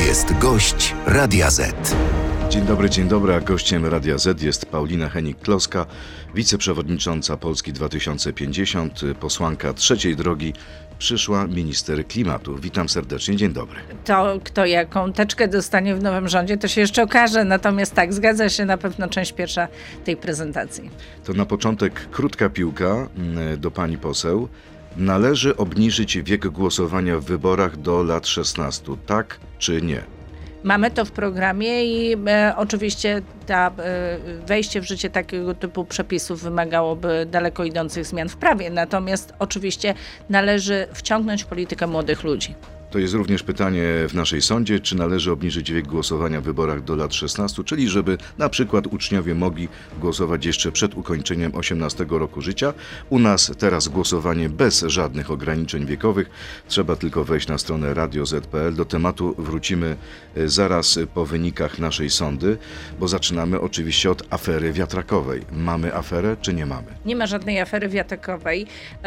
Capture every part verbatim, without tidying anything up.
jest gość Radia Z. Dzień dobry, dzień dobry, a gościem Radia Z jest Paulina Hennig-Kloska, wiceprzewodnicząca Polski dwa tysiące pięćdziesiąt, posłanka trzeciej drogi, przyszła minister klimatu. Witam serdecznie, dzień dobry. To kto jaką teczkę dostanie w nowym rządzie, to się jeszcze okaże, natomiast tak, zgadza się na pewno część pierwsza tej prezentacji. To na początek krótka piłka do pani poseł. Należy obniżyć wiek głosowania w wyborach do lat szesnastu, tak czy nie? Mamy to w programie i e, oczywiście ta, e, wejście w życie takiego typu przepisów wymagałoby daleko idących zmian w prawie. Natomiast oczywiście należy wciągnąć w politykę młodych ludzi. To jest również pytanie w naszej sądzie, czy należy obniżyć wiek głosowania w wyborach do lat szesnastu, czyli żeby na przykład uczniowie mogli głosować jeszcze przed ukończeniem osiemnastego roku życia. U nas teraz głosowanie bez żadnych ograniczeń wiekowych. Trzeba tylko wejść na stronę radio zet kropka pe el. Do tematu wrócimy zaraz po wynikach naszej sądy, bo zaczynamy oczywiście od afery wiatrakowej. Mamy aferę, czy nie mamy? Nie ma żadnej afery wiatrakowej.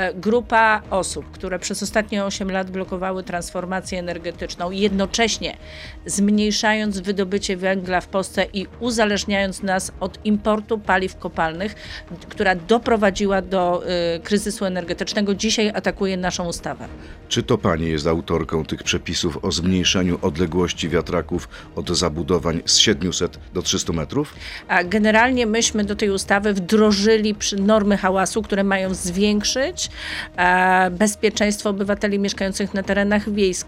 Grupa osób, które przez ostatnie osiem lat blokowały transformację energetyczną, jednocześnie zmniejszając wydobycie węgla w Polsce i uzależniając nas od importu paliw kopalnych, która doprowadziła do y, kryzysu energetycznego, dzisiaj atakuje naszą ustawę. Czy to pani jest autorką tych przepisów o zmniejszeniu odległości wiatraków od zabudowań z siedmiuset do trzystu metrów? A generalnie myśmy do tej ustawy wdrożyli normy hałasu, które mają zwiększyć e, bezpieczeństwo obywateli mieszkających na terenach wiejskich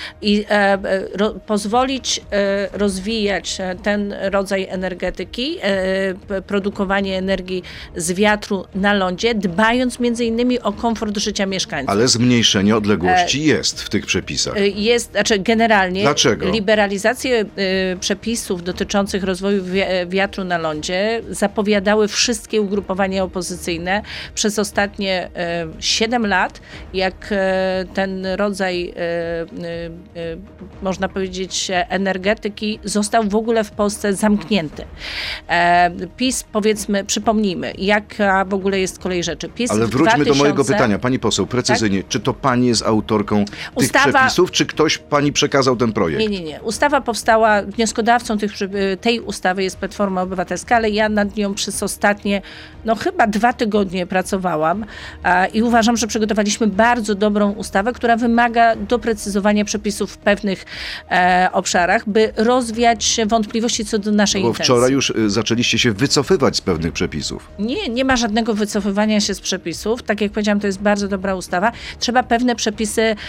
i e, ro, pozwolić e, rozwijać ten rodzaj energetyki, e, produkowanie energii z wiatru na lądzie, dbając między innymi o komfort życia mieszkańców. Ale zmniejszenie odległości e, jest w tych przepisach. Jest, znaczy generalnie Dlaczego? Liberalizację e, przepisów dotyczących rozwoju wi- wiatru na lądzie zapowiadały wszystkie ugrupowania opozycyjne przez ostatnie e, siedem lat, jak e, ten rodzaj e, można powiedzieć energetyki został w ogóle w Polsce zamknięty. PiS, powiedzmy, przypomnijmy, jaka w ogóle jest kolej rzeczy. PiS Ale wróćmy dwa tysiące... do mojego pytania. Pani poseł, precyzyjnie, tak? Czy to pani jest autorką Ustawa... tych przepisów, czy ktoś pani przekazał ten projekt? Nie, nie, nie. Ustawa powstała, wnioskodawcą tych, tej ustawy jest Platforma Obywatelska, ale ja nad nią przez ostatnie, no chyba dwa tygodnie pracowałam i uważam, że przygotowaliśmy bardzo dobrą ustawę, która wymaga doprecyzowania przepisów w pewnych e, obszarach, by rozwiać wątpliwości co do naszej Bo intencji. wczoraj już y, zaczęliście się wycofywać z pewnych przepisów. Nie, nie ma żadnego wycofywania się z przepisów. Tak jak powiedziałam, to jest bardzo dobra ustawa. Trzeba pewne przepisy e,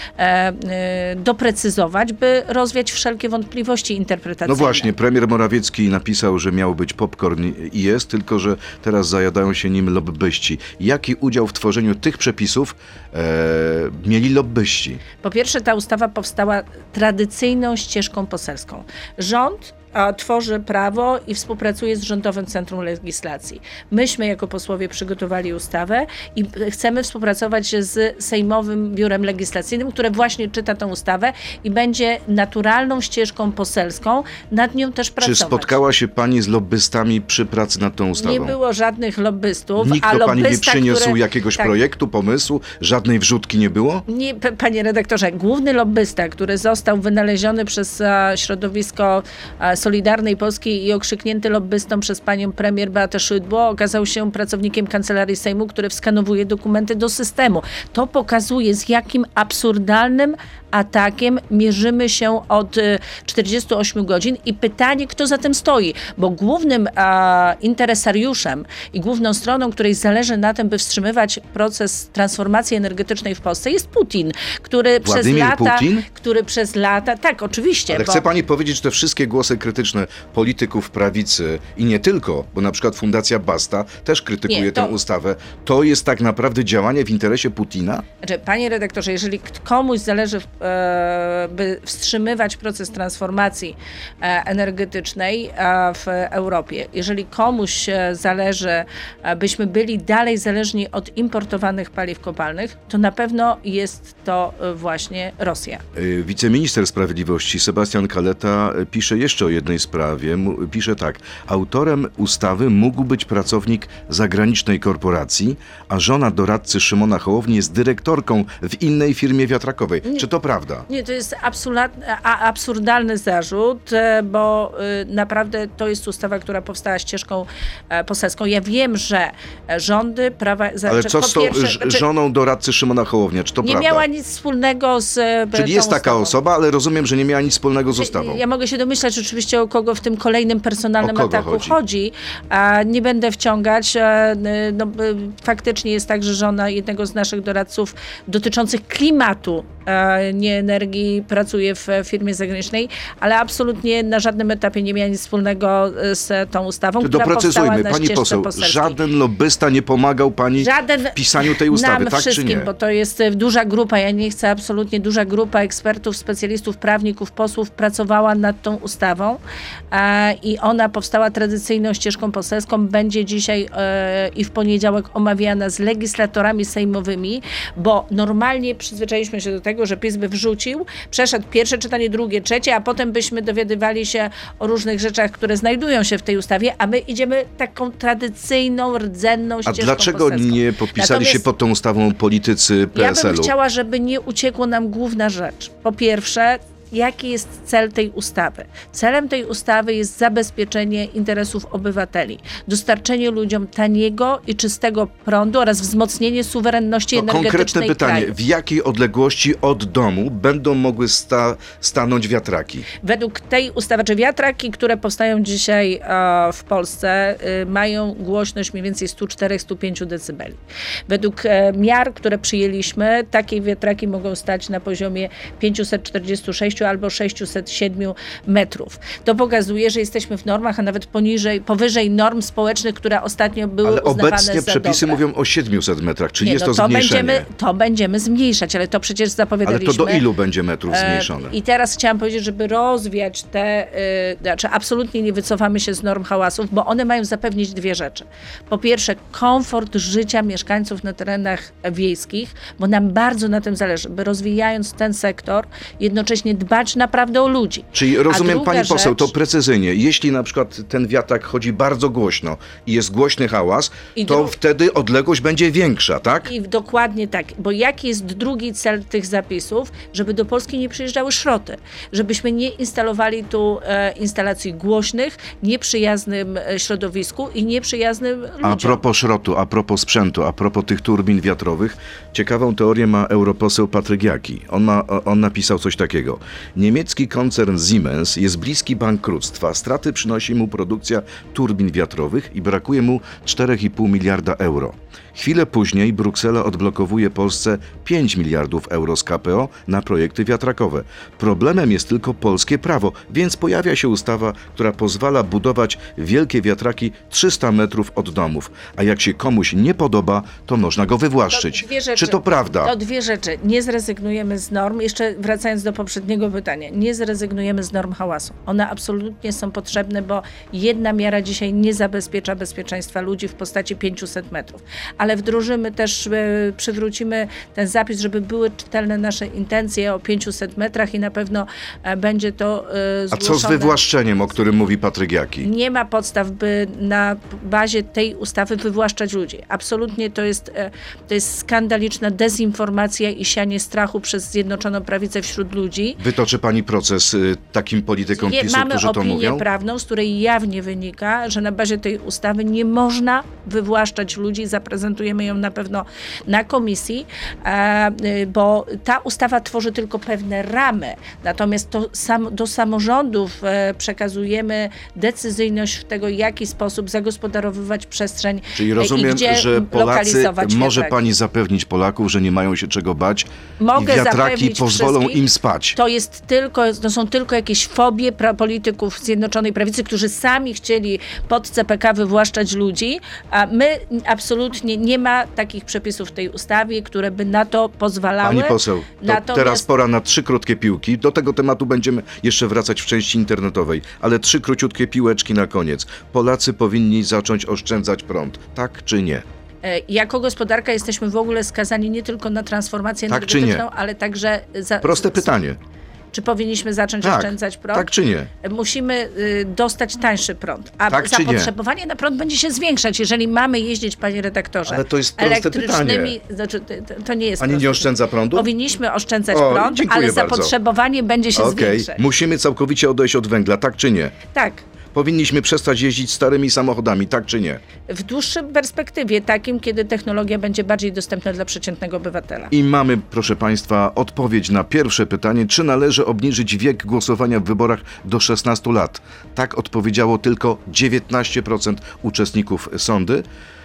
e, doprecyzować, by rozwiać wszelkie wątpliwości interpretacyjne. No właśnie, premier Morawiecki napisał, że miał być popcorn i jest, tylko że teraz zajadają się nim lobbyści. Jaki udział w tworzeniu tych przepisów e, mieli lobbyści? Po pierwsze, ta ustawa powstała tradycyjną ścieżką poselską. Rząd a, tworzy prawo i współpracuje z Rządowym Centrum Legislacji. Myśmy jako posłowie przygotowali ustawę i chcemy współpracować z Sejmowym Biurem Legislacyjnym, które właśnie czyta tę ustawę i będzie naturalną ścieżką poselską. Nad nią też pracować. Czy spotkała się pani z lobbystami przy pracy nad tą ustawą? Nie było żadnych lobbystów. Nikt a do pani nie lobbysta, przyniósł który... jakiegoś tak. projektu, pomysłu? Żadnej wrzutki nie było? Nie, p- panie redaktorze, główny lobbysta, który został wynaleziony przez a, środowisko a, Solidarnej Polski i okrzyknięty lobbystą przez panią premier Beatę Szydło, okazał się pracownikiem Kancelarii Sejmu, który wskanowuje dokumenty do systemu. To pokazuje, z jakim absurdalnym atakiem mierzymy się od czterdziestu ośmiu godzin i pytanie, kto za tym stoi, bo głównym a, interesariuszem i główną stroną, której zależy na tym, by wstrzymywać proces transformacji energetycznej w Polsce, jest Putin, który Władimir przez lata, Putin? który przez lata, tak, oczywiście. Ale bo... chce pani powiedzieć, że te wszystkie głosy krytyczne polityków prawicy i nie tylko, bo na przykład Fundacja Basta też krytykuje Nie, to... tę ustawę, to jest tak naprawdę działanie w interesie Putina? Znaczy, panie redaktorze, jeżeli komuś zależy, e, by wstrzymywać proces transformacji e, energetycznej e, w Europie, jeżeli komuś e, zależy, e, byśmy byli dalej zależni od importowanych paliw kopalnych, to na pewno jest to e, właśnie Rosja. Wiceminister Sprawiedliwości Sebastian Kaleta pisze jeszcze o jednym jednej sprawie. Mu- Pisze tak. Autorem ustawy mógł być pracownik zagranicznej korporacji, a żona doradcy Szymona Hołowni jest dyrektorką w innej firmie wiatrakowej. Czy to prawda? Nie, to jest absurd, a, absurdalny zarzut, e, bo y, naprawdę to jest ustawa, która powstała ścieżką e, poselską. Ja wiem, że e, rządy prawa... za- Ale że co po z tą pierwsze, ż- znaczy, żoną doradcy Szymona Hołownia? Czy to nie prawda? miała nic wspólnego z e, Czyli tą jest taka ustawą. osoba, ale rozumiem, że nie miała nic wspólnego z ustawą. Ja mogę się domyślać oczywiście, o kogo w tym kolejnym personalnym O kogo ataku chodzi? chodzi. A nie będę wciągać. A, no, y, faktycznie jest tak, że żona jednego z naszych doradców dotyczących klimatu, a nie energii, pracuje w firmie zagranicznej, ale absolutnie na żadnym etapie nie miała nic wspólnego z tą ustawą, To która powstała doprecyzujmy, na pani ścieżce poseł, poselskiej. żaden lobbysta nie pomagał pani Żaden w pisaniu tej ustawy, nam tak wszystkim, czy nie? bo to jest e, duża grupa, ja nie chcę absolutnie, duża grupa ekspertów, specjalistów, prawników, posłów pracowała nad tą ustawą e, i ona powstała tradycyjną ścieżką poselską, będzie dzisiaj e, i w poniedziałek omawiana z legislatorami sejmowymi, bo normalnie przyzwyczailiśmy się do tego, że PiS by wrzucił, przeszedł pierwsze czytanie, drugie, trzecie, a potem byśmy dowiadywali się o różnych rzeczach, które znajdują się w tej ustawie, a my idziemy taką tradycyjną, rdzenną A ścieżką dlaczego poselską. nie podpisali Natomiast się pod tą ustawą politycy P S ja bym L-u? chciała, żeby nie uciekło nam główna rzecz. Po pierwsze, jaki jest cel tej ustawy? Celem tej ustawy jest zabezpieczenie interesów obywateli, dostarczenie ludziom taniego i czystego prądu oraz wzmocnienie suwerenności To energetycznej konkretne pytanie, kraju. w jakiej odległości od domu będą mogły sta- stanąć wiatraki? Według tej ustawy, czy wiatraki, które powstają dzisiaj e, w Polsce, e, mają głośność mniej więcej sto cztery do stu pięciu decybeli. Według e, miar, które przyjęliśmy, takie wiatraki mogą stać na poziomie pięćset czterdzieści sześć albo sześćset siedem metrów. To pokazuje, że jesteśmy w normach, a nawet poniżej, powyżej norm społecznych, które ostatnio były Ale uznawane obecnie za przepisy dobre. mówią o siedmiuset metrach, czyli Nie, jest no to zmniejszenie. będziemy, to będziemy zmniejszać, ale to przecież Ale zapowiadaliśmy. to do ilu będzie metrów E, zmniejszone? I teraz chciałam powiedzieć, żeby rozwiać te, y, znaczy absolutnie nie wycofamy się z norm hałasów, bo one mają zapewnić dwie rzeczy. Po pierwsze, komfort życia mieszkańców na terenach wiejskich, bo nam bardzo na tym zależy, by rozwijając ten sektor, jednocześnie dbać naprawdę o ludzi. Czyli A rozumiem, druga pani poseł, to rzecz- precyzyjnie, jeśli na przykład ten wiatrak chodzi bardzo głośno i jest głośny hałas, I to dru- wtedy odległość będzie większa, tak? I dokładnie tak, bo jaki jest drugi cel tych zapisów? Żeby do Polski nie przyjeżdżały szroty, żebyśmy nie instalowali tu e, instalacji głośnych, nieprzyjaznym e, środowisku i nieprzyjaznym ludziom. A propos szrotu, a propos sprzętu, a propos tych turbin wiatrowych, ciekawą teorię ma europoseł Patryk Jaki. On, ma, on napisał coś takiego. Niemiecki koncern Siemens jest bliski bankructwa. Straty przynosi mu produkcja turbin wiatrowych i brakuje mu cztery i pół miliarda euro. Chwilę później Bruksela odblokowuje Polsce pięć miliardów euro z K P O na projekty wiatrakowe. Problemem jest tylko polskie prawo, więc pojawia się ustawa, która pozwala budować wielkie wiatraki trzysta metrów od domów. A jak się komuś nie podoba, to można go wywłaszczyć. To dwie rzeczy. Czy to prawda? To dwie rzeczy. Nie zrezygnujemy z norm. Jeszcze wracając do poprzedniego pytania. Nie zrezygnujemy z norm hałasu. One absolutnie są potrzebne, bo jedna miara dzisiaj nie zabezpiecza bezpieczeństwa ludzi w postaci pięciuset metrów. Ale wdrożymy też, e, przywrócimy ten zapis, żeby były czytelne nasze intencje o pięciuset metrach i na pewno e, będzie to e, A zgłoszone. co z wywłaszczeniem, o którym mówi Patryk Jaki? Nie ma podstaw, by na bazie tej ustawy wywłaszczać ludzi. Absolutnie to jest, e, to jest skandaliczna dezinformacja i sianie strachu przez Zjednoczoną Prawicę wśród ludzi. Wytoczy pani proces y, takim politykom Je, PiSu, mamy którzy to opinię mówią? prawną, z której jawnie wynika, że na bazie tej ustawy nie można wywłaszczać ludzi. Zaprezentujemy ją na pewno na komisji, e, y, bo ta ustawa tworzy tylko pewne ramy. Natomiast to sam, do samorządów e, przekazujemy decyzyjność w tego, w jaki sposób zagospodarowywać przestrzeń Czyli e, rozumiem, i gdzie że Polacy, lokalizować może wiatraki. pani zapewnić Polaków, że nie mają się czego bać Mogę i wiatraki zapewnić pozwolą wszystkich. im spać. To jest tylko, to są tylko jakieś fobie pra- polityków Zjednoczonej Prawicy, którzy sami chcieli pod C P K wywłaszczać ludzi, a my absolutnie nie ma takich przepisów w tej ustawie, które by na to pozwalały. Pani poseł, to Natomiast- teraz pora na trzy krótkie piłki. Do tego tematu będziemy jeszcze wracać w części internetowej, ale trzy króciutkie piłeczki na koniec. Polacy powinni zacząć oszczędzać prąd, tak czy nie? E, Jako gospodarka jesteśmy w ogóle skazani nie tylko na transformację Tak czy energetyczną, ale także za, Proste z- pytanie. Czy powinniśmy zacząć Tak, oszczędzać prąd? tak czy nie? Musimy y, dostać tańszy prąd, a Tak czy nie? zapotrzebowanie na prąd będzie się zwiększać, jeżeli mamy jeździć, panie redaktorze, Ale to jest proste pytanie. Znaczy, to, to nie jest Pani proste. nie oszczędza prądu? Powinniśmy oszczędzać O, prąd, dziękuję ale bardzo. zapotrzebowanie będzie się Okej, zwiększać. musimy całkowicie odejść od węgla, tak czy nie? Tak. Powinniśmy przestać jeździć starymi samochodami, tak czy nie? W dłuższej perspektywie, takim, kiedy technologia będzie bardziej dostępna dla przeciętnego obywatela. I mamy, proszę Państwa, odpowiedź na pierwsze pytanie, czy należy obniżyć wiek głosowania w wyborach do szesnastu lat. Tak odpowiedziało tylko dziewiętnaście procent uczestników sądy.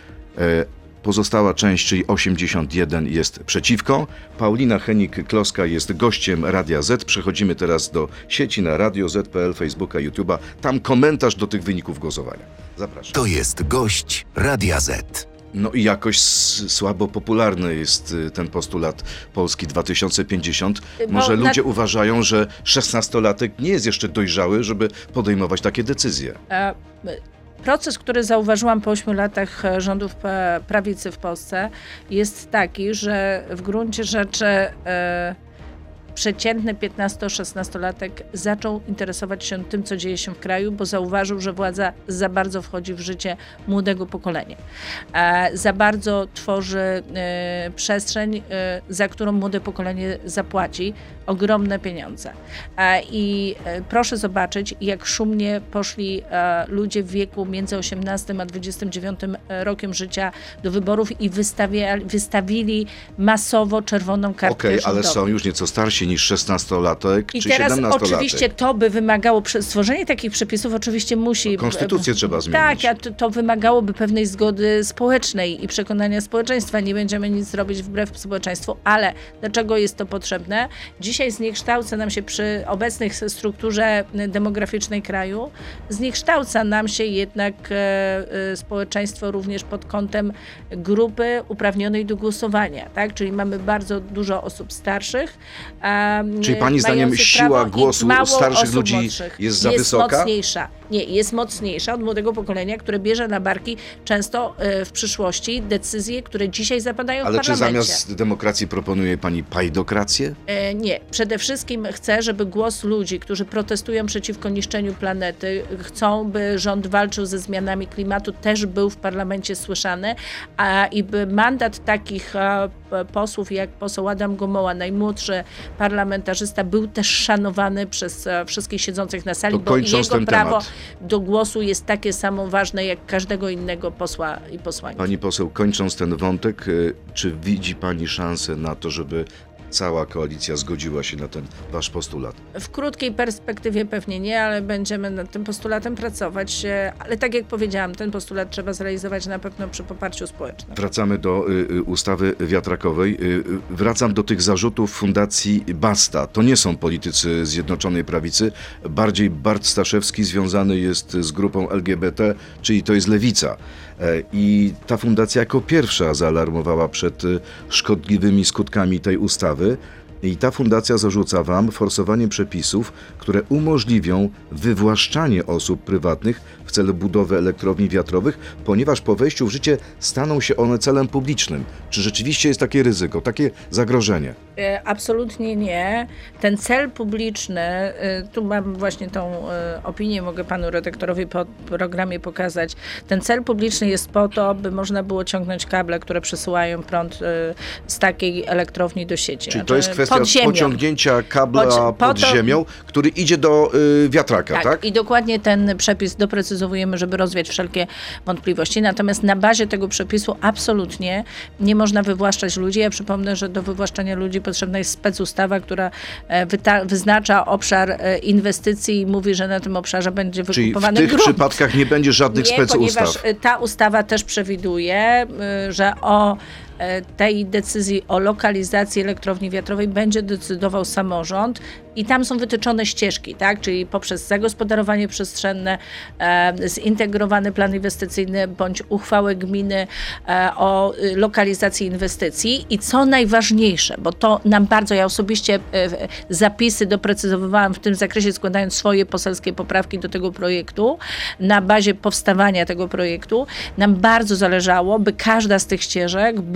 E, Pozostała część, czyli osiemdziesiąt jeden, jest przeciwko. Paulina Henik-Kloska jest gościem Radia Z. Przechodzimy teraz do sieci na radio zet kropka pe el, Facebooka, YouTube'a. Tam komentarz do tych wyników głosowania. Zapraszam. To jest gość Radia Z. No i jakoś s- słabo popularny jest y, ten postulat Polski dwa tysiące pięćdziesiąt. Bo Może na- ludzie uważają, że szesnastolatek nie jest jeszcze dojrzały, żeby podejmować takie decyzje. E, Proces, który zauważyłam po ośmiu latach e, rządów e, prawicy w Polsce, jest taki, że w gruncie rzeczy e, przeciętny piętnasto-szesnastolatek zaczął interesować się tym, co dzieje się w kraju, bo zauważył, że władza za bardzo wchodzi w życie młodego pokolenia. E, za bardzo tworzy e, przestrzeń, e, za którą młode pokolenie zapłaci ogromne pieniądze. E, I e, proszę zobaczyć, jak szumnie poszli e, ludzie w wieku między osiemnastym a dwudziestym dziewiątym rokiem życia do wyborów i wystawia, wystawili masowo czerwoną kartkę Okej, ale rządową. są już nieco starsi niż szesnastolatek I czy teraz siedemnastolatek. oczywiście to by wymagało, przy- stworzenie takich przepisów oczywiście musi... Konstytucję trzeba zmienić. Tak, a to, to wymagałoby pewnej zgody społecznej i przekonania społeczeństwa. Nie będziemy nic robić wbrew społeczeństwu, ale dlaczego jest to potrzebne? Dzisiaj zniekształca nam się przy obecnej strukturze demograficznej kraju, zniekształca nam się jednak e, e, społeczeństwo również pod kątem grupy uprawnionej do głosowania, tak? Czyli mamy bardzo dużo osób starszych, a, Czyli pani zdaniem mających siła prawo i głosu mało starszych osób ludzi młodszych. jest za jest wysoka? Mocniejsza. Nie, jest mocniejsza od młodego pokolenia, które bierze na barki często e, w przyszłości decyzje, które dzisiaj zapadają Ale w czy parlamencie. zamiast demokracji proponuje pani pajdokrację? E, Nie. Przede wszystkim chcę, żeby głos ludzi, którzy protestują przeciwko niszczeniu planety, chcą, by rząd walczył ze zmianami klimatu, też był w parlamencie słyszany, a i by mandat takich e, p- posłów jak poseł Adam Gomoła, najmłodszy parlamentarzysta, był też szanowany przez e, wszystkich siedzących na sali, To bo kończąc jego ten prawo temat. do głosu jest takie samo ważne jak każdego innego posła i posłanki. Pani poseł, kończąc ten wątek, y, czy widzi pani szansę na to, żeby cała koalicja zgodziła się na ten wasz postulat? W krótkiej perspektywie pewnie nie, ale będziemy nad tym postulatem pracować. e, Ale tak jak powiedziałam, ten postulat trzeba zrealizować na pewno przy poparciu społecznym. Wracamy do y, y, ustawy wiatrakowej. Y, y, wracam do tych zarzutów Fundacji Basta. To nie są politycy Zjednoczonej Prawicy. Bardziej Bart Staszewski związany jest z grupą L G B T, czyli to jest lewica. E, I ta fundacja jako pierwsza zaalarmowała przed y, szkodliwymi skutkami tej ustawy. I ta fundacja zarzuca wam forsowanie przepisów, które umożliwią wywłaszczanie osób prywatnych w celu budowy elektrowni wiatrowych, ponieważ po wejściu w życie staną się one celem publicznym. Czy rzeczywiście jest takie ryzyko, takie zagrożenie? E, Absolutnie nie. Ten cel publiczny, e, tu mam właśnie tą e, opinię, mogę panu redaktorowi po programie pokazać. Ten cel publiczny jest po to, by można było ciągnąć kable, które przesyłają prąd e, z takiej elektrowni do sieci. Czyli to jest Znaczy, kwestia pod ziemią. pociągnięcia kabla Pod- po pod to- ziemią, który idzie do y, wiatraka, tak? Tak, i dokładnie ten przepis doprecyzowujemy, żeby rozwiać wszelkie wątpliwości. Natomiast na bazie tego przepisu absolutnie nie można wywłaszczać ludzi. Ja przypomnę, że do wywłaszczania ludzi potrzebna jest specustawa, która e, wyta- wyznacza obszar e, inwestycji i mówi, że na tym obszarze będzie Czyli w wykupowany tych grunt. przypadkach nie będzie żadnych Nie, specustaw. ponieważ e, ta ustawa też przewiduje, e, że o e, tej decyzji o lokalizacji elektrowni wiatrowej będzie decydował samorząd i tam są wytyczone ścieżki, tak? Czyli poprzez zagospodarowanie przestrzenne, e, zintegrowany plan inwestycyjny bądź uchwałę gminy e, o y, lokalizacji inwestycji i co najważniejsze, bo to nam bardzo, ja osobiście e, zapisy doprecyzowywałam w tym zakresie, składając swoje poselskie poprawki do tego projektu, na bazie powstawania tego projektu, nam bardzo zależało, by każda z tych ścieżek była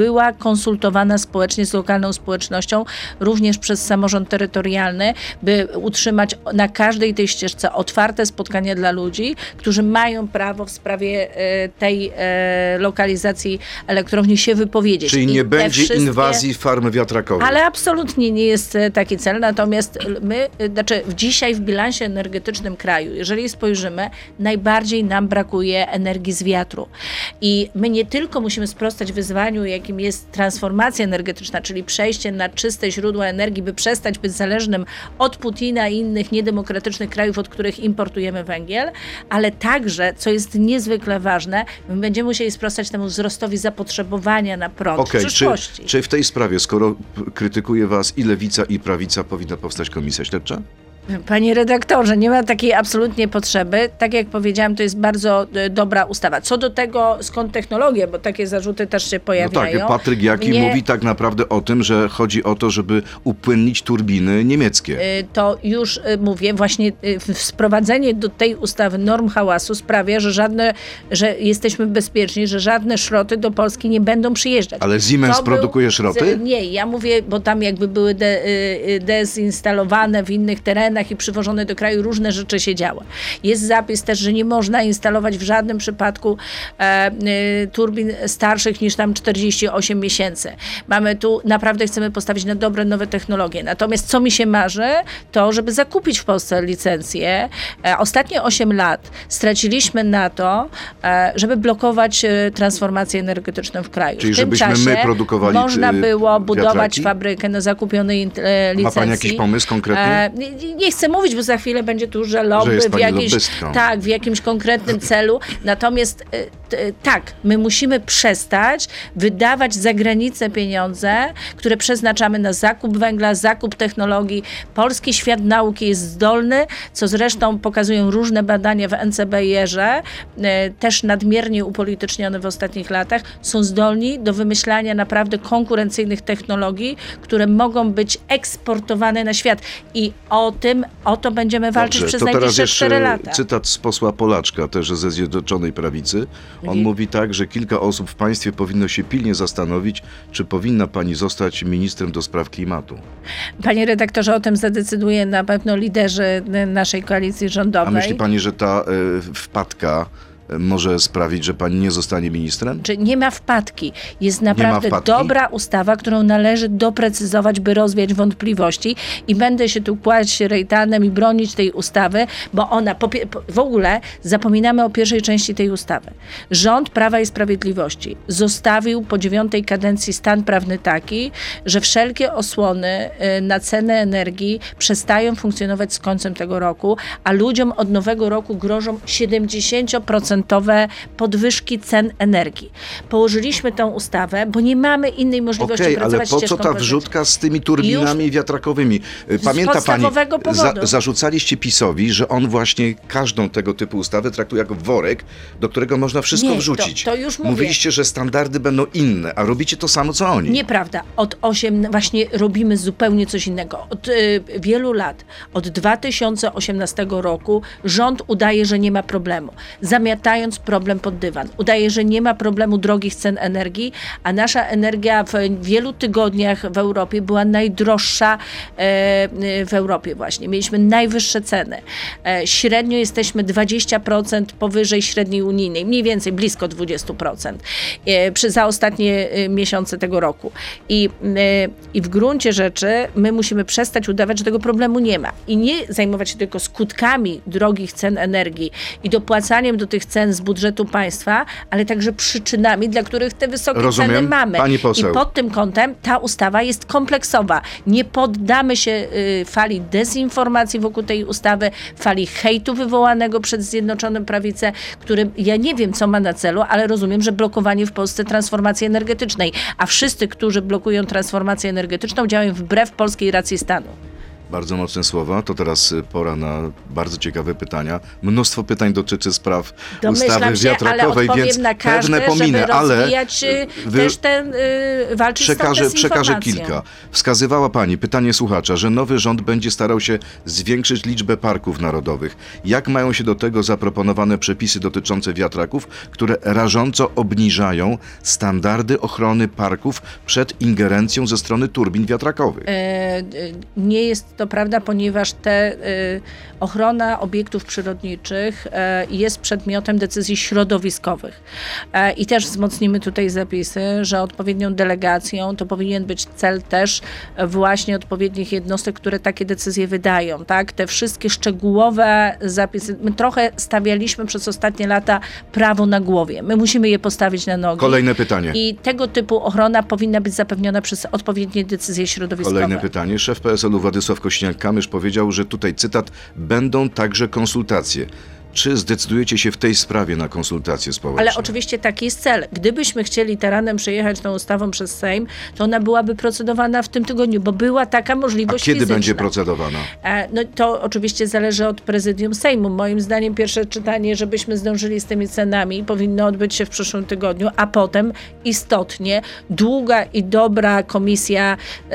była konsultowana społecznie z lokalną społecznością, również przez samorząd terytorialny, by utrzymać na każdej tej ścieżce otwarte spotkania dla ludzi, którzy mają prawo w sprawie e, tej e, lokalizacji elektrowni się wypowiedzieć. Czyli I nie te będzie wszystkie... inwazji farm wiatrakowych. Ale absolutnie nie jest e, taki cel, natomiast my, e, znaczy dzisiaj w bilansie energetycznym kraju, jeżeli spojrzymy, najbardziej nam brakuje energii z wiatru. I my nie tylko musimy sprostać wyzwaniu, jakim jest transformacja energetyczna, czyli przejście na czyste źródła energii, by przestać być zależnym od Putina i innych niedemokratycznych krajów, od których importujemy węgiel, ale także, co jest niezwykle ważne, my będziemy musieli sprostać temu wzrostowi zapotrzebowania na prąd okay, w przyszłości. Czy, czy w tej sprawie, skoro krytykuje was i lewica, i prawica, powinna powstać komisja śledcza? Panie redaktorze, nie ma takiej absolutnie potrzeby. Tak jak powiedziałam, to jest bardzo e, dobra ustawa. Co do tego, skąd technologia, bo takie zarzuty też się No pojawiają. tak, Patryk Jaki Mnie, mówi tak naprawdę o tym, że chodzi o to, żeby upłynnić turbiny niemieckie. e, To już e, mówię, właśnie e, sprowadzenie do tej ustawy norm hałasu sprawia, że żadne, że jesteśmy bezpieczni, że żadne szroty do Polski nie będą przyjeżdżać. Ale Siemens To był- produkuje szroty? z- Nie, ja mówię, bo tam jakby były de, y, dezinstalowane w innych terenach i przywożone do kraju, różne rzeczy się działy. Jest zapis też, że nie można instalować w żadnym przypadku e, y, turbin starszych niż tam czterdzieści osiem miesięcy. Mamy tu, naprawdę chcemy postawić na dobre, nowe technologie. Natomiast co mi się marzy, to żeby zakupić w Polsce licencję. E, ostatnie osiem lat straciliśmy na to, e, żeby blokować e, transformację energetyczną w kraju. Czyli w tym żebyśmy czasie my produkowali, można y, było budować wiatraki? fabrykę na zakupionej e, licencji. Ma pani jakiś pomysł konkretny? E, nie, nie chcę mówić, bo za chwilę będzie tu, że lobby Że jest w pani jakiejś, lobbystką. tak, w jakimś konkretnym celu. Natomiast e, t, tak, my musimy przestać wydawać za granicę pieniądze, które przeznaczamy na zakup węgla, zakup technologii. Polski świat nauki jest zdolny, co zresztą pokazują różne badania w N C B R-ze, e, też nadmiernie upolitycznione w ostatnich latach, są zdolni do wymyślania naprawdę konkurencyjnych technologii, które mogą być eksportowane na świat. I o tym, o to będziemy walczyć Dobrze, przez to teraz najbliższe cztery jeszcze lata. cytat z posła Polaczka, też ze Zjednoczonej Prawicy. On I- mówi tak, że kilka osób w państwie powinno się pilnie zastanowić, czy powinna pani zostać ministrem do spraw klimatu. Panie redaktorze, o tym zadecyduje na pewno liderzy y, naszej koalicji rządowej. A myśli pani, że ta y, wpadka y, może sprawić, że pani nie zostanie ministrem? Czy nie ma wpadki. Jest naprawdę wpadki? dobra ustawa, którą należy doprecyzować, by rozwiać wątpliwości i będę się tu kłaść rejtanem i bronić tej ustawy, bo ona, po, pie- po, w ogóle zapominamy o pierwszej części tej ustawy. Rząd Prawa i Sprawiedliwości zostawił po dziewiątej kadencji stan prawny taki, że wszelkie osłony y, na cenę energii przestają funkcjonować z końcem tego roku, a ludziom od nowego roku grożą siedemdziesięcioprocentowe podwyżki cen energii. Położyliśmy tę ustawę, bo nie mamy innej możliwości Okej, ale pracować po co ścieżką ta pozycji. wrzutka z tymi turbinami wiatrakowymi? Y, Pamięta pani, podstawowego powodu. zarzucaliście PiS-owi, że on właśnie każdą tego typu ustawę traktuje jako worek, do którego można wszystko Nie, to- wrzucić. to już mówię. Mówiliście, że standardy będą inne, a robicie to samo, co oni. Nieprawda. Od osiem właśnie robimy zupełnie coś innego. Od y, wielu lat, od dwa tysiące osiemnastego roku rząd udaje, że nie ma problemu, zamiatając problem pod dywan. Udaje, że nie ma problemu drogich cen energii, a nasza energia w wielu tygodniach w Europie była najdroższa e, e, w Europie właśnie. Mieliśmy najwyższe ceny. E, średnio jesteśmy dwadzieścia procent powyżej średniej unijnej, mniej więcej blisko dwadzieścia procent e, przy, za ostatnie e, miesiące tego roku. I, e, I w gruncie rzeczy my musimy przestać udawać, że tego problemu nie ma. I nie zajmować się tylko skutkami drogich cen energii i dopłacaniem do tych cen z budżetu państwa, ale także przyczynami, dla których te wysokie Rozumiem. ceny mamy. Pani poseł. I pod tym kątem ta ustawa jest kompleksowa. Nie poddamy się y, fali dezinformacji wokół tej ustawy, fali hejtu wywołanego przez Zjednoczoną Prawicę, który ja nie wiem, co ma na celu, ale rozumiem, że blokowanie w Polsce transformacji energetycznej. A wszyscy, którzy blokują transformację energetyczną, działają wbrew polskiej racji stanu. Bardzo mocne słowa. To teraz y, pora na bardzo ciekawe pytania. Mnóstwo pytań dotyczy spraw Domyślam ustawy się, wiatrakowej, ale więc na każde, pewne pominę, żeby ale rozwijać y, wy... też ten, y, walczyć Przekażę, z tą przekażę dezinformacją. kilka. Wskazywała pani, pytanie słuchacza, że nowy rząd będzie starał się zwiększyć liczbę parków narodowych. Jak mają się do tego zaproponowane przepisy dotyczące wiatraków, które rażąco obniżają standardy ochrony parków przed ingerencją ze strony turbin wiatrakowych? E, Nie jest to prawda, ponieważ te e, ochrona obiektów przyrodniczych e, jest przedmiotem decyzji środowiskowych. E, I też wzmocnimy tutaj zapisy, że odpowiednią delegacją to powinien być cel też właśnie odpowiednich jednostek, które takie decyzje wydają. Tak? Te wszystkie szczegółowe zapisy, my trochę stawialiśmy przez ostatnie lata prawo na głowie. My musimy je postawić na nogi. Kolejne pytanie. I tego typu ochrona powinna być zapewniona przez odpowiednie decyzje środowiskowe. Kolejne pytanie. Szef P S L u Władysław Kosiniak-Kamysz powiedział, że tutaj, cytat, będą także konsultacje. Czy zdecydujecie się w tej sprawie na konsultacje społeczne? Ale oczywiście taki jest cel. Gdybyśmy chcieli taranem przejechać tą ustawą przez Sejm, to ona byłaby procedowana w tym tygodniu, bo była taka A możliwość kiedy fizyczna. będzie procedowana? E, No to oczywiście zależy od prezydium Sejmu. Moim zdaniem pierwsze czytanie, żebyśmy zdążyli z tymi cenami, powinno odbyć się w przyszłym tygodniu, a potem istotnie długa i dobra komisja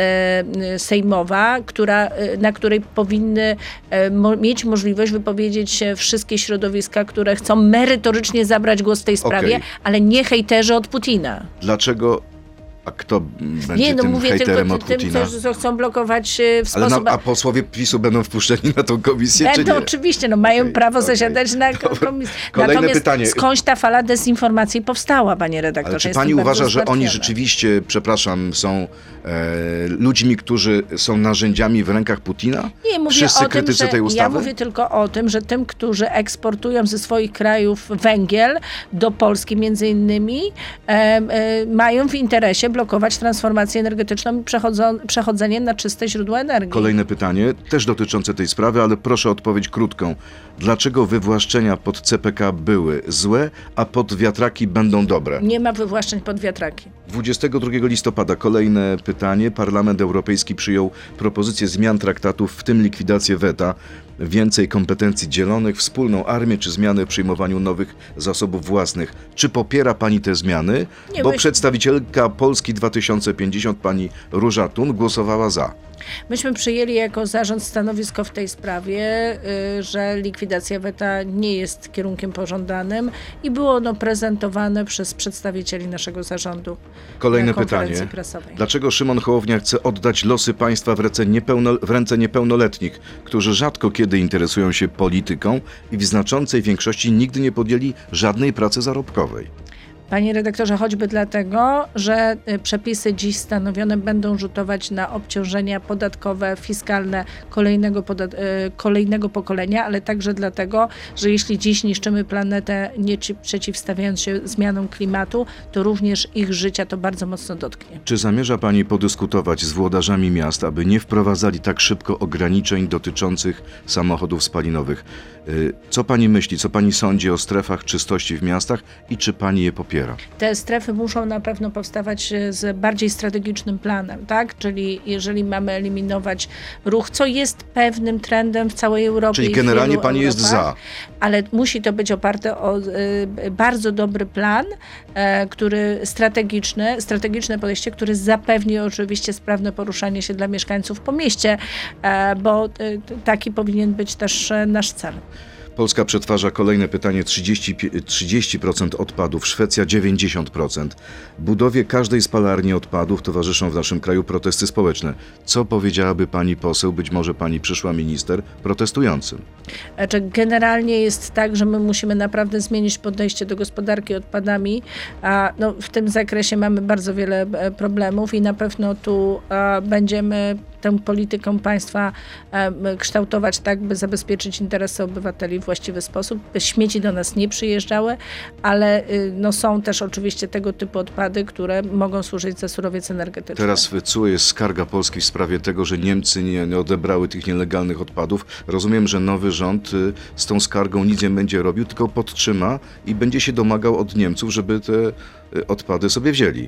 e, sejmowa, która, e, na której powinny e, mo, mieć możliwość wypowiedzieć się wszystkie środowiska, które chcą merytorycznie zabrać głos w tej sprawie, Okej. ale nie hejterzy od Putina. Dlaczego, a kto będzie Nie, no tym mówię hejterem tylko od tym, Putina? którzy chcą blokować e, w Ale sposób... na, a posłowie PiSu będą wpuszczeni na tą komisję, czy Będą nie? oczywiście, no mają Okej, prawo okej. zasiadać na Dobra. komisji. Kolejne Natomiast pytanie. skądś ta fala dezinformacji powstała, panie redaktorze. Ale czy Jestem pani bardzo uważa, że oni zmartwiona. rzeczywiście, przepraszam, są e, ludźmi, którzy są narzędziami w rękach Putina? Nie, mówię Wszyscy o tym, krytycy że tej ja ustawy? mówię tylko o tym, że tym, którzy eksportują ze swoich krajów węgiel do Polski między innymi, e, e, mają w interesie blokować transformację energetyczną i przechodzą, przechodzenie na czyste źródła energii. Kolejne pytanie, też dotyczące tej sprawy, ale proszę o odpowiedź krótką. Dlaczego wywłaszczenia pod C P K były złe, a pod wiatraki będą dobre? Nie ma wywłaszczeń pod wiatraki. dwudziestego drugiego listopada kolejne pytanie. Parlament Europejski przyjął propozycję zmian traktatów, w tym likwidację weta, więcej kompetencji dzielonych, wspólną armię czy zmiany w przyjmowaniu nowych zasobów własnych. Czy popiera pani te zmiany? Nie, Bo my- przedstawicielka Polski dwa tysiące pięćdziesiąt, pani Róża Thun, głosowała za. Myśmy przyjęli jako zarząd stanowisko w tej sprawie, y, że likwidacja weta nie jest kierunkiem pożądanym i było ono prezentowane przez przedstawicieli naszego zarządu Kolejne na konferencji pytanie. prasowej. Dlaczego Szymon Hołownia chce oddać losy państwa w ręce, niepełno, w ręce niepełnoletnich, którzy rzadko kiedy interesują się polityką i w znaczącej większości nigdy nie podjęli żadnej pracy zarobkowej? Panie redaktorze, choćby dlatego, że y, przepisy dziś stanowione będą rzutować na obciążenia podatkowe, fiskalne kolejnego, podat- y, kolejnego pokolenia, ale także dlatego, że jeśli dziś niszczymy planetę, nie ci- przeciwstawiając się zmianom klimatu, to również ich życia to bardzo mocno dotknie. Czy zamierza pani podyskutować z włodarzami miast, aby nie wprowadzali tak szybko ograniczeń dotyczących samochodów spalinowych? Y, Co pani myśli, co pani sądzi o strefach czystości w miastach i czy pani je popiera? Te strefy muszą na pewno powstawać e, z bardziej strategicznym planem, tak? Czyli jeżeli mamy eliminować ruch, co jest pewnym trendem w całej Europie. Czyli i w generalnie wielu pani jest Europach, za. Ale musi to być oparte o e, bardzo dobry plan, e, który strategiczny, strategiczne podejście, który zapewni oczywiście sprawne poruszanie się dla mieszkańców po mieście, e, bo e, taki powinien być też e, nasz cel. Polska przetwarza, kolejne pytanie, trzydzieści, trzydzieści procent odpadów, Szwecja dziewięćdziesiąt procent. Budowie każdej spalarni odpadów towarzyszą w naszym kraju protesty społeczne. Co powiedziałaby pani poseł, być może pani przyszła minister, protestującym? Znaczy, generalnie jest tak, że my musimy naprawdę zmienić podejście do gospodarki odpadami, a no, w tym zakresie mamy bardzo wiele e, problemów i na pewno tu e, będziemy tę politykę państwa e, kształtować tak, by zabezpieczyć interesy obywateli w właściwy sposób, by śmieci do nas nie przyjeżdżały, ale y, no, są też oczywiście tego typu odpady, które mogą służyć za surowiec energetyczny. Teraz w C U E jest skarga Polski w sprawie tego, że Niemcy nie, nie odebrały tych nielegalnych odpadów. Rozumiem, że nowy rząd y, z tą skargą nic nie będzie robił, tylko podtrzyma i będzie się domagał od Niemców, żeby te y, odpady sobie wzięli.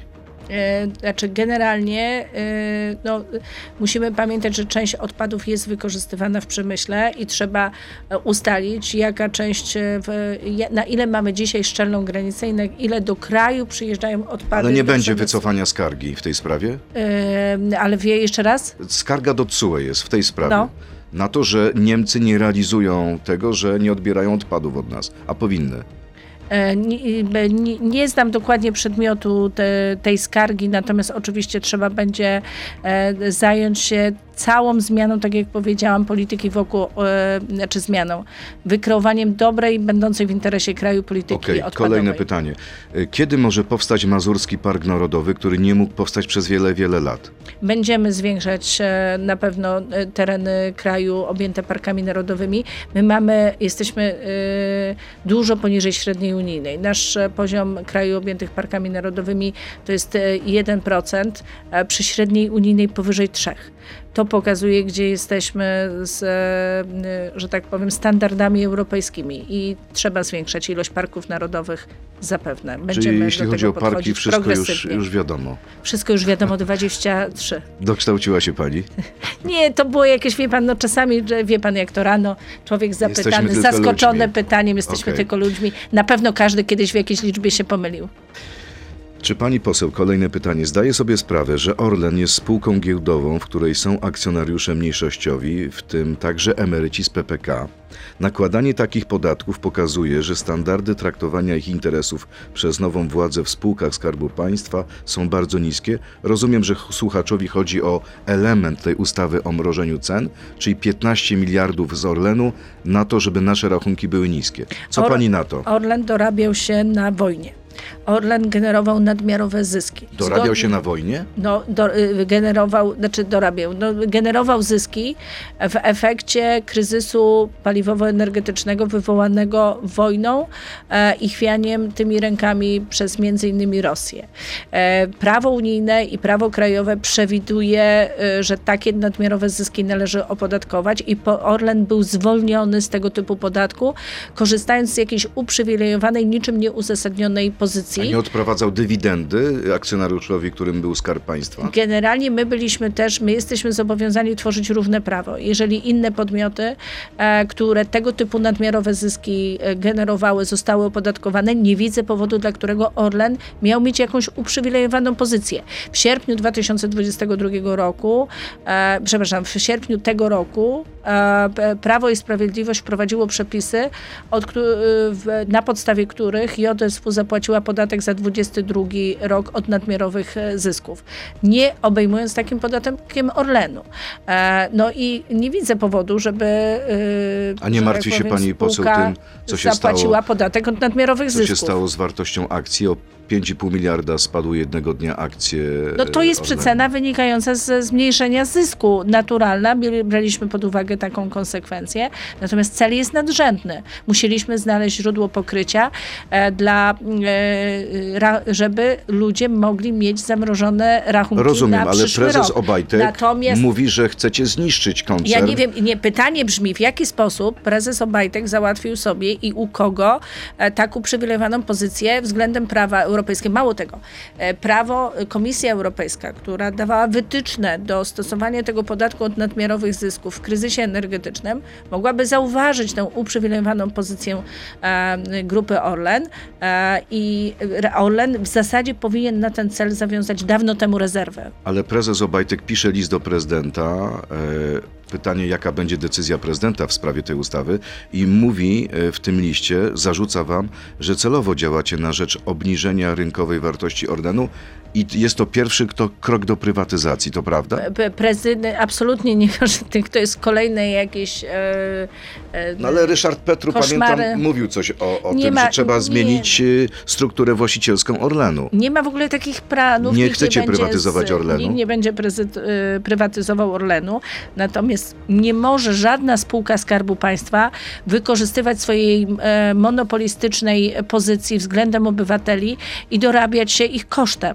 E, Znaczy generalnie e, no, musimy pamiętać, że część odpadów jest wykorzystywana w przemyśle i trzeba e, ustalić, jaka część, e, w, ja- na ile mamy dzisiaj szczelną granicę i na ile do kraju przyjeżdżają odpady. Ale nie do będzie przemysłu. wycofania skargi w tej sprawie? E, Ale wie jeszcze raz? Skarga do T S U E jest w tej sprawie. No. Na to, że Niemcy nie realizują tego, że nie odbierają odpadów od nas, a powinny. E, Nie, nie, nie znam dokładnie przedmiotu te, tej skargi, natomiast oczywiście trzeba będzie e, zająć się całą zmianą, tak jak powiedziałam, polityki wokół, e, znaczy zmianą, wykreowaniem dobrej, będącej w interesie kraju polityki Okej, odpadowej. kolejne pytanie. Kiedy może powstać Mazurski Park Narodowy, który nie mógł powstać przez wiele, wiele lat? Będziemy zwiększać e, na pewno e, tereny kraju objęte parkami narodowymi. My mamy, jesteśmy e, dużo poniżej średniej unijnej. Nasz e, poziom kraju objętych parkami narodowymi to jest e, jeden procent, a przy średniej unijnej powyżej trzy procent. To pokazuje, gdzie jesteśmy z, e, że tak powiem, standardami europejskimi i trzeba zwiększać ilość parków narodowych zapewne. Będziemy Czyli do jeśli tego chodzi o parki, podchodzić wszystko już, progresywnie. już wiadomo. Wszystko już wiadomo, dwadzieścia trzy. Dokształciła się pani? Nie, to było jakieś, wie pan, no czasami, że wie pan jak to rano, człowiek zapytany, tylko zaskoczony ludźmi. pytaniem, jesteśmy Okej. tylko ludźmi. Na pewno każdy kiedyś w jakiejś liczbie się pomylił. Czy pani poseł, kolejne pytanie, zdaje sobie sprawę, że Orlen jest spółką giełdową, w której są akcjonariusze mniejszościowi, w tym także emeryci z P P K? Nakładanie takich podatków pokazuje, że standardy traktowania ich interesów przez nową władzę w spółkach Skarbu Państwa są bardzo niskie. Rozumiem, że ch- słuchaczowi chodzi o element tej ustawy o mrożeniu cen, czyli piętnaście miliardów z Orlenu na to, żeby nasze rachunki były niskie. Co Or- pani na to? Orlen dorabiał się na wojnie. Orlen generował nadmiarowe zyski. Dorabiał Zgodnie- się na wojnie? No, do, y, generował, znaczy dorabiał, no, generował zyski w efekcie kryzysu paliwowo-energetycznego wywołanego wojną e, i chwianiem tymi rękami przez między innymi Rosję. E, prawo unijne i prawo krajowe przewiduje, e, że takie nadmiarowe zyski należy opodatkować i po Orlen był zwolniony z tego typu podatku, korzystając z jakiejś uprzywilejowanej, niczym nieuzasadnionej A pozycji. nie odprowadzał dywidendy akcjonariuszowi, którym był Skarb Państwa? Generalnie my byliśmy też, my jesteśmy zobowiązani tworzyć równe prawo. Jeżeli inne podmioty, e, które tego typu nadmiarowe zyski e, generowały, zostały opodatkowane, nie widzę powodu, dla którego Orlen miał mieć jakąś uprzywilejowaną pozycję. W sierpniu dwa tysiące dwudziestego drugiego roku, e, przepraszam, w sierpniu tego roku e, p- Prawo i Sprawiedliwość wprowadziło przepisy, od, któ- w, na podstawie których J S W zapłaciła podatek za dwudziesty drugi rok od nadmiarowych e, zysków, nie obejmując takim podatkiem Orlenu. E, No i nie widzę powodu, żeby e, A nie że martwi tak się powiem, pani poseł spółka tym, co się zapłaciła stało? podatek od nadmiarowych Co zysków. się stało z wartością akcji? O pięć i pół miliarda spadły jednego dnia akcje No to jest Orlenu. przecena wynikająca ze zmniejszenia zysku. Naturalna, Bier- braliśmy pod uwagę taką konsekwencję, natomiast cel jest nadrzędny. Musieliśmy znaleźć źródło pokrycia, e, dla, e, ra, żeby ludzie mogli mieć zamrożone rachunki Rozumiem, na ale przyszły prezes rok. Obajtek Natomiast mówi, że chcecie zniszczyć koncern. ja nie wiem, nie, pytanie brzmi, w jaki sposób prezes Obajtek załatwił sobie i u kogo e, tak uprzywilejowaną pozycję względem prawa europejskiego. Mało tego, e, prawo, Komisja Europejska, która dawała wytyczne do stosowania tego podatku od nadmiarowych zysków w kryzysie energetycznym, mogłaby zauważyć tę uprzywilejowaną pozycję e, grupy Orlen e, i Orlen w zasadzie powinien na ten cel zawiązać dawno temu rezerwę. Ale prezes Obajtek pisze list do prezydenta. E, pytanie, jaka będzie decyzja prezydenta w sprawie tej ustawy i mówi e, w tym liście, zarzuca wam, że celowo działacie na rzecz obniżenia rynkowej wartości Orlenu i jest to pierwszy kto, krok do prywatyzacji, to prawda? P- Prezydent absolutnie nie wie, że ty- to jest kolejne jakieś. E, e, No ale Ryszard Petru, koszmary. pamiętam, mówił coś o, o Nie tym, ma- że trzeba nie. zmienić e, strukturę właścicielską Orlenu. Nie ma w ogóle takich planów. Nie nikt chcecie będzie prywatyzować Orlenu? Nikt nie będzie prezy- y, prywatyzował Orlenu. Natomiast nie może żadna spółka Skarbu Państwa wykorzystywać swojej e, monopolistycznej pozycji względem obywateli i dorabiać się ich kosztem.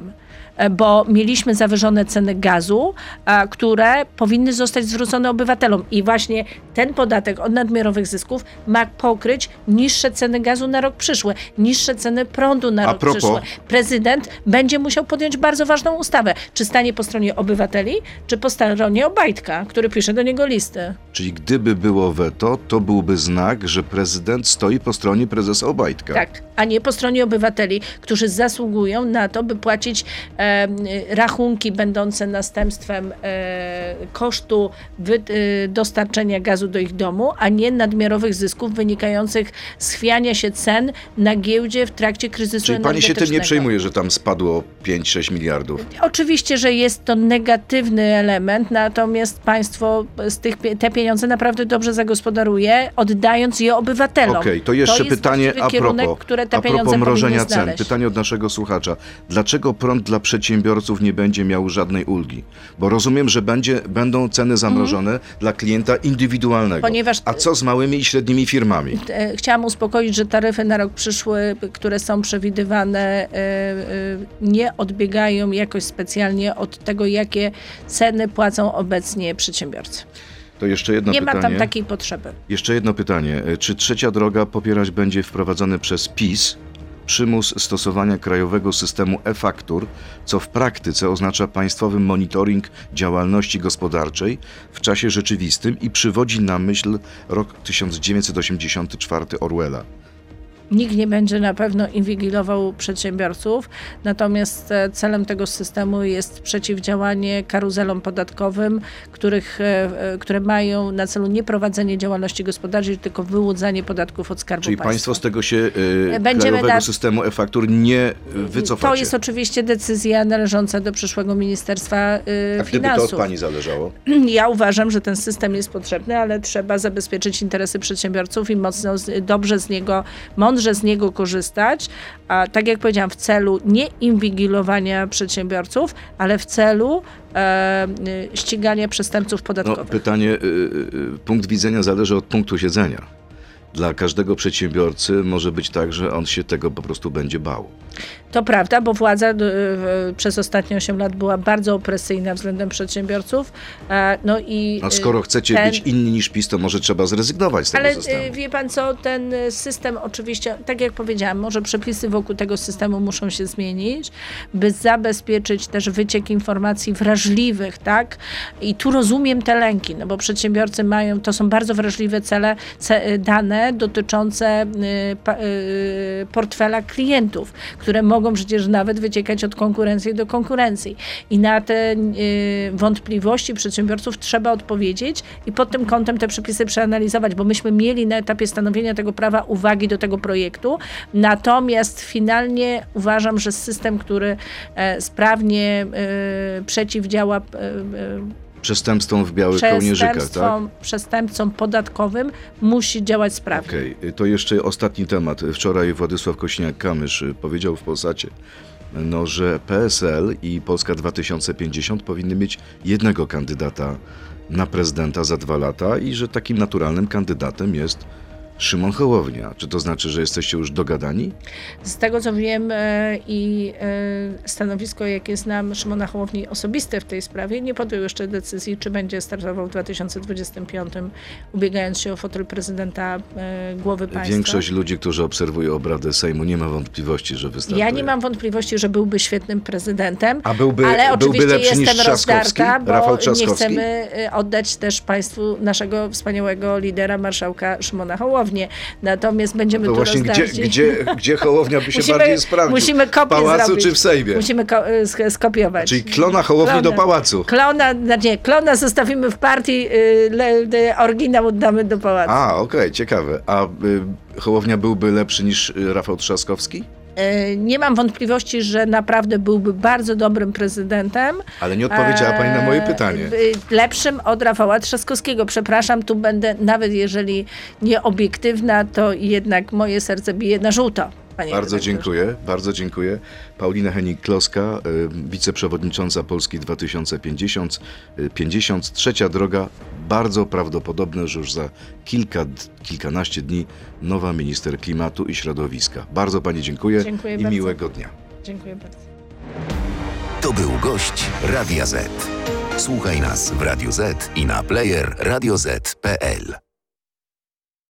e, bo mieliśmy zawyżone ceny gazu, a, które powinny zostać zwrócone obywatelom. I właśnie ten podatek od nadmiarowych zysków ma pokryć niższe ceny gazu na rok przyszły, niższe ceny prądu na A rok propos- przyszły. Prezydent będzie musiał podjąć bardzo ważną ustawę. Czy stanie po stronie obywateli, czy po stronie Obajtka, który pisze do niego listy. Czyli gdyby było weto, to byłby znak, że prezydent stoi po stronie prezesa Obajtka. Tak, a nie po stronie obywateli, którzy zasługują na to, by płacić e, rachunki będące następstwem e, kosztu wy, e, dostarczenia gazu do ich domu, a nie nadmiarowych zysków wynikających z chwiania się cen na giełdzie w trakcie kryzysu Czyli pani się tym nie energetycznego. przejmuje, że tam spadło pięć sześć miliardów? Oczywiście, że jest to negatywny element, natomiast państwo z tych, pie- te pieniądze naprawdę dobrze zagospodaruje, oddając je obywatelom. Okej, to jeszcze jest pytanie właściwy a kierunek, propos, które te a pieniądze propos mrożenia powinny cen. znaleźć. Pytanie od naszego słuchacza. Dlaczego prąd dla przedsiębiorców nie będzie miał żadnej ulgi? Bo rozumiem, że będzie, będą ceny zamrożone dla klienta indywidualnego. Ponieważ- A co z małymi i średnimi firmami? E, Chciałam uspokoić, że taryfy na rok przyszły, które są przewidywane, e, e, nie odbiegają jakoś specjalnie od tego, jakie ceny płacą obecnie przedsiębiorcy. To jeszcze jedno Nie pytanie. ma tam takiej potrzeby. Jeszcze jedno pytanie. Czy trzecia droga popierać będzie wprowadzony przez PiS przymus stosowania krajowego systemu e-faktur, co w praktyce oznacza państwowy monitoring działalności gospodarczej w czasie rzeczywistym i przywodzi na myśl rok tysiąc dziewięćset osiemdziesiąty czwarty Orwella? Nikt nie będzie na pewno inwigilował przedsiębiorców, natomiast e, celem tego systemu jest przeciwdziałanie karuzelom podatkowym, których, e, e, które mają na celu nie prowadzenie działalności gospodarczej, tylko wyłudzanie podatków od Skarbu Czyli Państwa. państwo z tego się y, Będziemy krajowego na- systemu e-faktur nie y, wycofacie? To jest oczywiście decyzja należąca do przyszłego Ministerstwa y, A gdyby to Finansów. od pani zależało? Ja uważam, że ten system jest potrzebny, ale trzeba zabezpieczyć interesy przedsiębiorców i mocno, z- dobrze z niego, mądrze z niego korzystać, a tak jak powiedziałam, w celu nie inwigilowania przedsiębiorców, ale w celu e, y, ścigania przestępców No, podatkowych. pytanie, y, y, punkt widzenia zależy od punktu siedzenia. Dla każdego przedsiębiorcy może być tak, że on się tego po prostu będzie bał. To prawda, bo władza y, y, przez ostatnie osiem lat była bardzo opresyjna względem przedsiębiorców. E, no i A y, skoro chcecie ten- być inni niż PiS, to może trzeba zrezygnować z tego Ale systemu. y, wie pan co, ten y, system oczywiście, tak jak powiedziałam, może przepisy wokół tego systemu muszą się zmienić, by zabezpieczyć też wyciek informacji wrażliwych, tak? I tu rozumiem te lęki, no bo przedsiębiorcy mają, to są bardzo wrażliwe cele, ce, dane dotyczące y, pa, y, portfela klientów, które mogą przecież nawet wyciekać od konkurencji do konkurencji. I na te y, wątpliwości przedsiębiorców trzeba odpowiedzieć i pod tym kątem te przepisy przeanalizować, bo myśmy mieli na etapie stanowienia tego prawa uwagi do tego projektu, natomiast finalnie uważam, że system, który e, sprawnie e, przeciwdziała e, e, Przestępstwom w białych kołnierzykach, tak? przestępstwom, przestępcom podatkowym musi działać sprawnie. Okej, to jeszcze ostatni temat. Wczoraj Władysław Kośniak-Kamysz powiedział w Polsacie, no, że P S L i Polska dwa tysiące pięćdziesiąt powinny mieć jednego kandydata na prezydenta za dwa lata i że takim naturalnym kandydatem jest Szymon Hołownia. Czy to znaczy, że jesteście już dogadani? Z tego co wiem e, i e, stanowisko, jakie znam Szymona Hołowni osobiste w tej sprawie, nie podjął jeszcze decyzji, czy będzie startował w dwa tysiące dwudziestym piątym, ubiegając się o fotel prezydenta e, głowy państwa. Większość ludzi, którzy obserwują obrady Sejmu, nie ma wątpliwości, że wystartuje. Ja nie mam wątpliwości, że byłby świetnym prezydentem, A byłby, ale byłby oczywiście lepszy niż jestem Trzaskowski? rozdarta, bo Rafał nie Trzaskowski? chcemy y, oddać też państwu naszego wspaniałego lidera, marszałka Szymona Hołownię. Natomiast będziemy To tu właśnie gdzie, rozdarci. gdzie, gdzie Hołownia by się Musimy- bardziej sprawdził? musimy w kopię pałacu zrobić. czy w Sejmie? Musimy ko- y, sk- skopiować. Czyli klona Hołowni Klona. do pałacu. Klona, znaczy nie, klona zostawimy w partii, y, le, y, oryginał oddamy do pałacu. A, okej, ciekawe. A y, Hołownia byłby lepszy niż y, Rafał Trzaskowski? Y, Nie mam wątpliwości, że naprawdę byłby bardzo dobrym prezydentem. Ale nie odpowiedziała pani na moje E, pytanie. y, Lepszym od Rafała Trzaskowskiego. Przepraszam, tu będę, nawet jeżeli nie obiektywna, to jednak moje serce bije na żółto. Panie Bardzo redaktorze. dziękuję, bardzo dziękuję. Paulina Hennig-Kloska, y, wiceprzewodnicząca Polski dwa tysiące pięćdziesiąt. y, pięćdziesiąt, trzecia droga. Bardzo prawdopodobne, że już za kilka, kilkanaście dni nowa minister klimatu i środowiska. Bardzo pani dziękuję Dziękuję i bardzo. miłego dnia. Dziękuję bardzo. To był gość Radia Z. Słuchaj nas w Radio Z i na player radio zet kropka pe el.